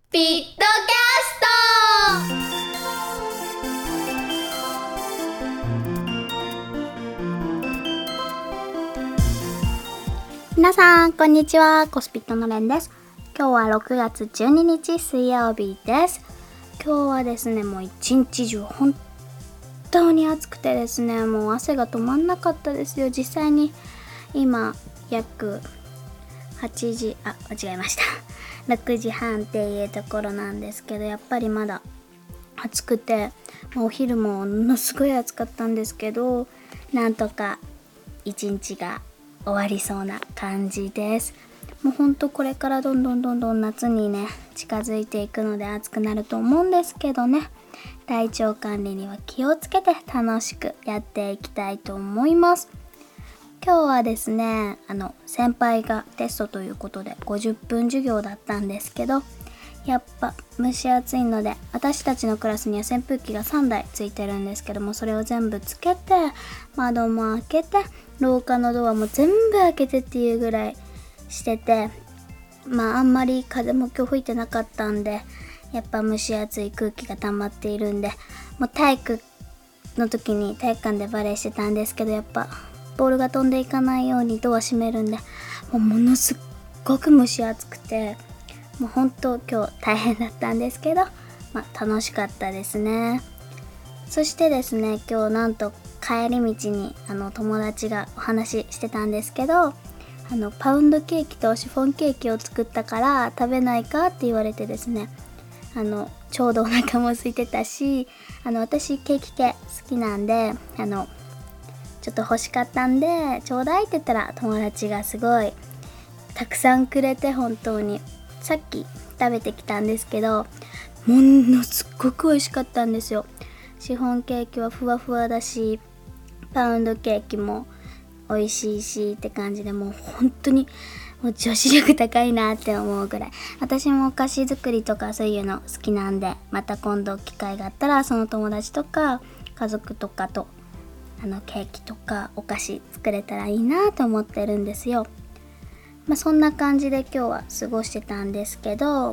ピットキャスト。皆さんこんにちは、コスピットのレンです。今日は6月12日水曜日です。今日はですね、もう一日中本当に暑くてですね、もう汗が止まんなかったですよ。実際に今約8時間違えました6時半っていうところなんですけど、やっぱりまだ暑くて、お昼もものすごい暑かったんですけど、なんとか一日が終わりそうな感じです。もうほんとこれからどんどん夏にね近づいていくので暑くなると思うんですけどね、体調管理には気をつけて楽しくやっていきたいと思います。今日はですね、先輩がテストということで50分授業だったんですけど、やっぱ蒸し暑いので、私たちのクラスには扇風機が3台ついてるんですけども、それを全部つけて、窓も開けて、廊下のドアも全部開けてっていうぐらいしてて、あんまり風も今日吹いてなかったんで、やっぱ蒸し暑い空気が溜まっているんで、もう体育の時に体育館でバレーしてたんですけど、やっぱボールが飛んでいかないようにドア閉めるんで、ものすっごく蒸し暑くて、もう本当今日大変だったんですけど、楽しかったですね。そしてですね、今日なんと帰り道に友達がお話ししてたんですけど、パウンドケーキとシフォンケーキを作ったから食べないかって言われてですね、ちょうどお腹も空いてたし、私ケーキ系好きなんで、ちょっと欲しかったんでちょうだいって言ったら、友達がすごいたくさんくれて、本当にさっき食べてきたんですけど、ものすっごく美味しかったんですよ。シフォンケーキはふわふわだし、パウンドケーキも美味しいしって感じで、もう本当にもう女子力高いなって思うぐらい。私もお菓子作りとかそういうの好きなんで、また今度機会があったらその友達とか家族とかとケーキとかお菓子作れたらいいなと思ってるんですよ。そんな感じで今日は過ごしてたんですけど、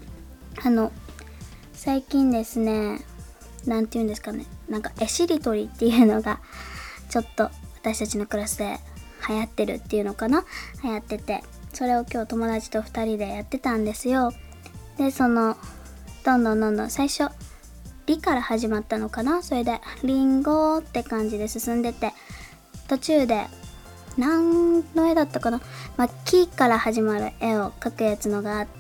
最近ですね、なんていうんですかね、なんか絵しりとりっていうのがちょっと私たちのクラスで流行ってるっていうのかな、流行ってて、それを今日友達と2人でやってたんですよ。でどんどん最初リから始まったのかな、それでリンゴって感じで進んでて、途中で何の絵だったかな、木から始まる絵を描くやつのがあって、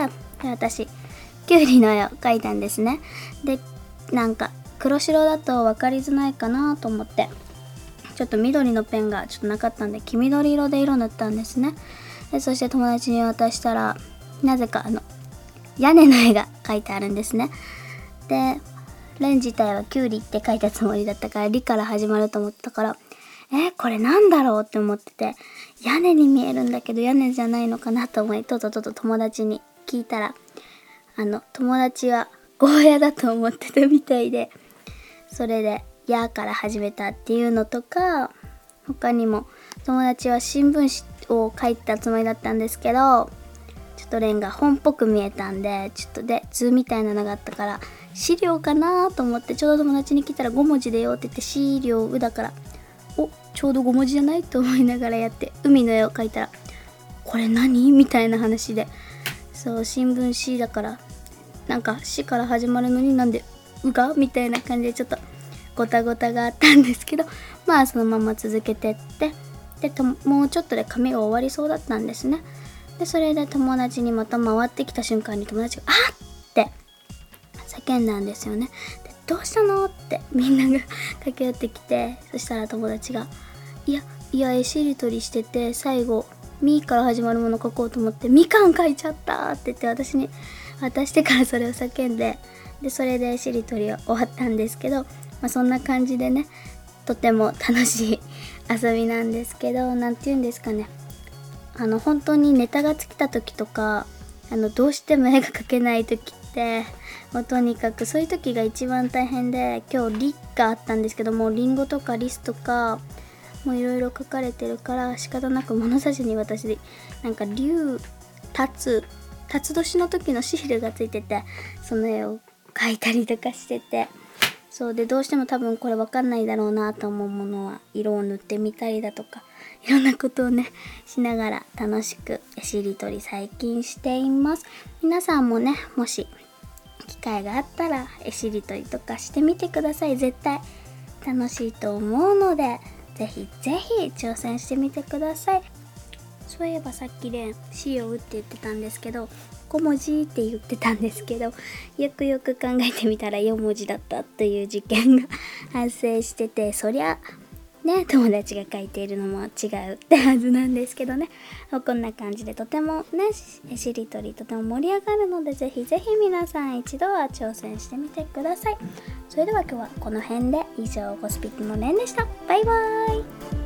で私キュウリの絵を描いたんですね。でなんか黒白だと分かりづらいかなと思って、ちょっと緑のペンがちょっとなかったんで黄緑色で色塗ったんですね。でそして友達に渡したら、なぜか屋根の絵が描いてあるんですね。でレン自体はキュウリって書いたつもりだったから、リから始まると思ってたから、これなんだろうって思ってて、屋根に見えるんだけど屋根じゃないのかなと思い、と友達に聞いたら、友達はゴーヤだと思ってたみたいで、それでヤーから始めたっていうのとか、他にも友達は新聞紙を書いたつもりだったんですけど、ちょっとレンが本っぽく見えたんで、ちょっとで図みたいなのがあったから資料かなと思って、ちょうど友達に来たら5文字でよって言って、資料うだから、ちょうど5文字じゃないと思いながらやって、海の絵を描いたら、これ何みたいな話で、そう新聞紙だからなんか死から始まるのになんでうがみたいな感じで、ちょっとごたごたがあったんですけど、そのまま続けてって、でもうちょっとで紙が終わりそうだったんですね。でそれで友達にまた回ってきた瞬間に、友達が「あっ!」って叫んだんですよね。でどうしたのってみんなが駆け寄ってきて、そしたら友達が「いや絵しりとりしてて、最後みから始まるもの書こうと思ってみかん書いちゃった」って言って、私に渡してからそれを叫んで、でそれでしりとりは終わったんですけど、そんな感じでね、とても楽しい遊びなんですけど、なんて言うんですかね、本当にネタが尽きた時とか、どうしても絵が描けない時って、もうとにかくそういう時が一番大変で、今日リがあったんですけども、リンゴとかリスとかもういろいろ書かれてるから、仕方なく物差しに私でなんか竜立つ辰年の時のシールがついてて、その絵を描いたりとかしてて、そうで、どうしても多分これわかんないだろうなと思うものは色を塗ってみたりだとか、いろんなことをねしながら楽しく絵しりとり最近しています。皆さんもね、もし機会があったら絵しりとりとかしてみてください。絶対楽しいと思うので、ぜひぜひ挑戦してみてください。そういえばさっきで「し」を打って言ってたんですけど、5文字って言ってたんですけど、よくよく考えてみたら4文字だったという事件が発生してて、そりゃね、友達が書いているのも違うってはずなんですけどね。こんな感じでとてもね、絵しりとりとても盛り上がるので、ぜひぜひ皆さん一度は挑戦してみてください。それでは今日はこの辺で、以上ゴスピックのレンでした。バイバーイ。